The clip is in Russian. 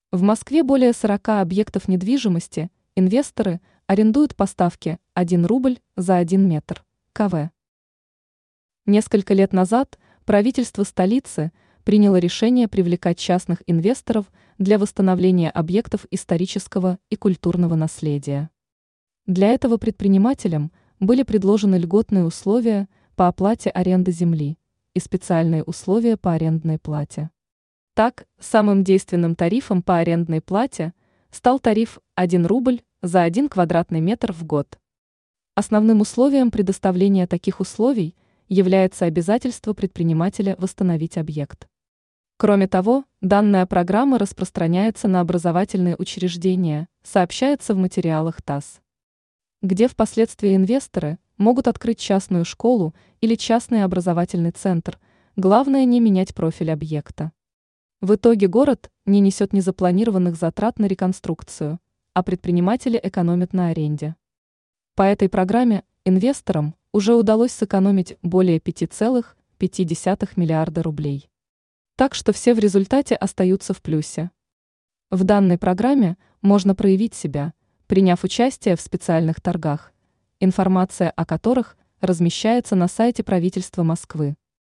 В Москве более 40 объектов недвижимости инвесторы арендуют по ставке 1 рубль за 1 метр КВ. Несколько лет назад правительство столицы приняло решение привлекать частных инвесторов для восстановления объектов исторического и культурного наследия. Для этого предпринимателям были предложены льготные условия по оплате аренды земли и специальные условия по арендной плате. Так, самым действенным тарифом по арендной плате стал тариф 1 рубль за 1 квадратный метр в год. Основным условием предоставления таких условий является обязательство предпринимателя восстановить объект. Кроме того, данная программа распространяется на образовательные учреждения, сообщается в материалах ТАСС, где впоследствии инвесторы могут открыть частную школу или частный образовательный центр, главное не менять профиль объекта. В итоге город не несет незапланированных затрат на реконструкцию, а предприниматели экономят на аренде. По этой программе инвесторам уже удалось сэкономить более 5,5 миллиарда рублей. Так что все в результате остаются в плюсе. В данной программе можно проявить себя, приняв участие в специальных торгах, информация о которых размещается на сайте правительства Москвы.